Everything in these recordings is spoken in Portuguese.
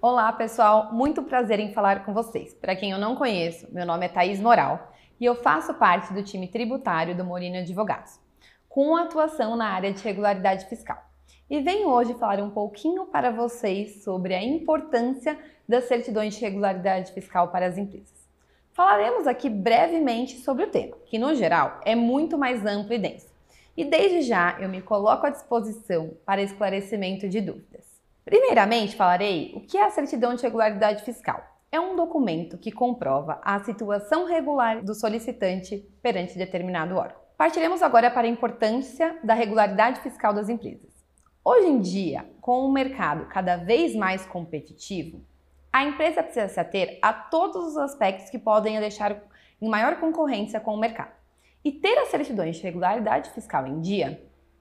Olá, pessoal! Muito prazer em falar com vocês. Para quem eu não conheço, meu nome é Thaís Moral e eu faço parte do time tributário do Morini Advogados, com atuação na área de regularidade fiscal. E venho hoje falar um pouquinho para vocês sobre a importância das certidões de regularidade fiscal para as empresas. Falaremos aqui brevemente sobre o tema, que no geral é muito mais amplo e denso. E desde já eu me coloco à disposição para esclarecimento de dúvidas. Primeiramente, falarei o que é a certidão de regularidade fiscal. É um documento que comprova a situação regular do solicitante perante determinado órgão. Partiremos agora para a importância da regularidade fiscal das empresas. Hoje em dia, com o mercado cada vez mais competitivo, a empresa precisa se ater a todos os aspectos que podem a deixar em maior concorrência com o mercado. E ter as certidões de regularidade fiscal em dia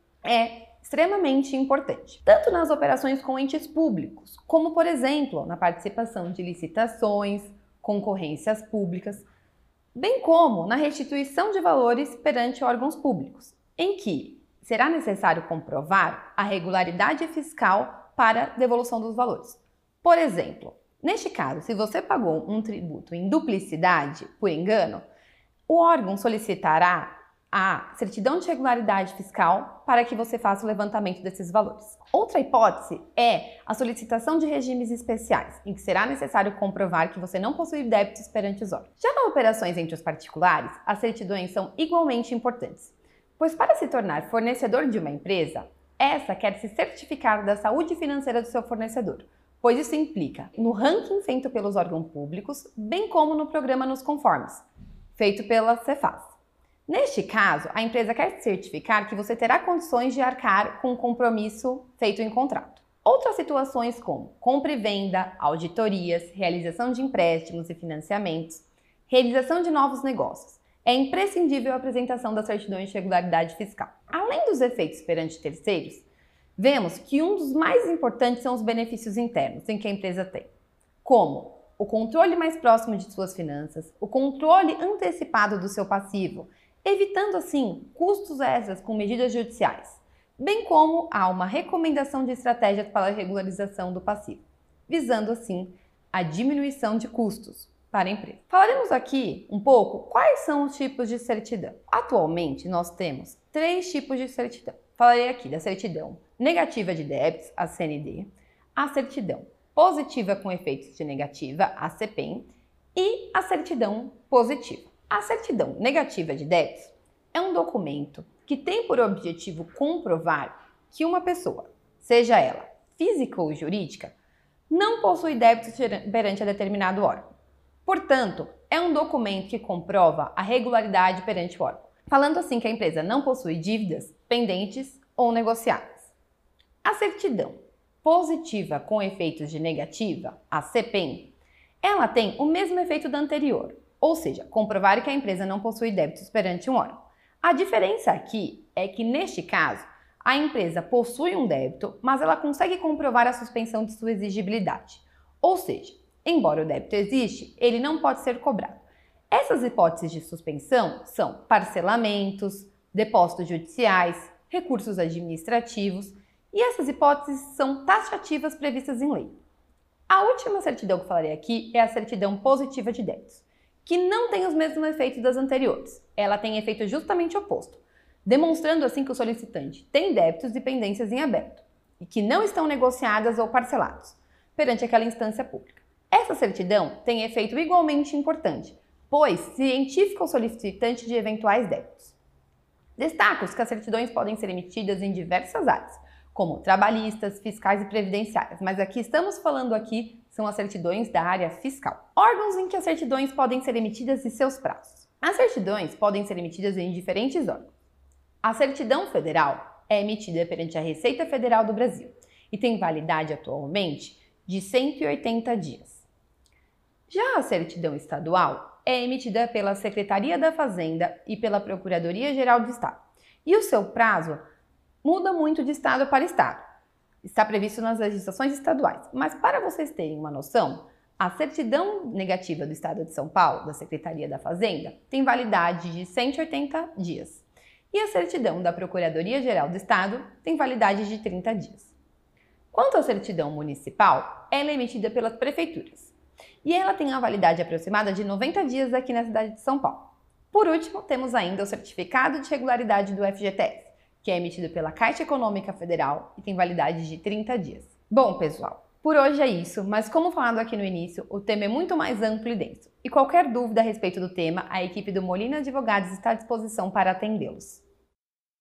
é extremamente importante, tanto nas operações com entes públicos, como, por exemplo, na participação de licitações, concorrências públicas, bem como na restituição de valores perante órgãos públicos, em que será necessário comprovar a regularidade fiscal para devolução dos valores. Por exemplo, neste caso, se você pagou um tributo em duplicidade, por engano, o órgão solicitará a certidão de regularidade fiscal para que você faça o levantamento desses valores. Outra hipótese é a solicitação de regimes especiais, em que será necessário comprovar que você não possui débitos perante os órgãos. Já nas operações entre os particulares, as certidões são igualmente importantes, pois para se tornar fornecedor de uma empresa, essa quer se certificar da saúde financeira do seu fornecedor, pois isso implica no ranking feito pelos órgãos públicos, bem como no programa Nos Conformes, feito pela Cefaz. Neste caso, a empresa quer certificar que você terá condições de arcar com o compromisso feito em contrato. Outras situações como compra e venda, auditorias, realização de empréstimos e financiamentos, realização de novos negócios. É imprescindível a apresentação das certidões de regularidade fiscal. Além dos efeitos perante terceiros, vemos que um dos mais importantes são os benefícios internos em que a empresa tem, como o controle mais próximo de suas finanças, o controle antecipado do seu passivo, evitando assim custos extras com medidas judiciais, bem como há uma recomendação de estratégias para a regularização do passivo, visando assim a diminuição de custos para a empresa. Falaremos aqui um pouco quais são os tipos de certidão. Atualmente nós temos 3 tipos de certidão. Falarei aqui da certidão negativa de débitos, a CND, a certidão positiva com efeitos de negativa, a CEPEN, e a certidão positiva. A certidão negativa de débitos é um documento que tem por objetivo comprovar que uma pessoa, seja ela física ou jurídica, não possui débitos perante a determinado órgão. Portanto, é um documento que comprova a regularidade perante o órgão, falando assim que a empresa não possui dívidas pendentes ou negociadas. A certidão positiva com efeitos de negativa, a CEPEN, ela tem o mesmo efeito da anterior, ou seja, comprovar que a empresa não possui débitos perante um órgão. A diferença aqui é que, neste caso, a empresa possui um débito, mas ela consegue comprovar a suspensão de sua exigibilidade. Ou seja, embora o débito existe, ele não pode ser cobrado. Essas hipóteses de suspensão são parcelamentos, depósitos judiciais, recursos administrativos, e essas hipóteses são taxativas previstas em lei. A última certidão que falarei aqui é a certidão positiva de débitos, que não tem os mesmos efeitos das anteriores. Ela tem efeito justamente oposto, demonstrando assim que o solicitante tem débitos e pendências em aberto, e que não estão negociadas ou parcelados, perante aquela instância pública. Essa certidão tem efeito igualmente importante, pois cientifica o solicitante de eventuais débitos. Destaco que as certidões podem ser emitidas em diversas áreas, como trabalhistas, fiscais e previdenciárias, mas aqui estamos falando são as certidões da área fiscal. Órgãos em que as certidões podem ser emitidas e seus prazos. As certidões podem ser emitidas em diferentes órgãos. A certidão federal é emitida perante a Receita Federal do Brasil e tem validade atualmente de 180 dias. Já a certidão estadual é emitida pela Secretaria da Fazenda e pela Procuradoria-Geral do Estado, e o seu prazo muda muito de estado para estado. Está previsto nas legislações estaduais. Mas para vocês terem uma noção, a certidão negativa do Estado de São Paulo, da Secretaria da Fazenda, tem validade de 180 dias. E a certidão da Procuradoria-Geral do Estado tem validade de 30 dias. Quanto à certidão municipal, ela é emitida pelas prefeituras e ela tem a validade aproximada de 90 dias aqui na cidade de São Paulo. Por último, temos ainda o certificado de regularidade do FGTS, que é emitido pela Caixa Econômica Federal e tem validade de 30 dias. Bom, pessoal, por hoje é isso, mas como falado aqui no início, o tema é muito mais amplo e denso. E qualquer dúvida a respeito do tema, a equipe do Molina Advogados está à disposição para atendê-los.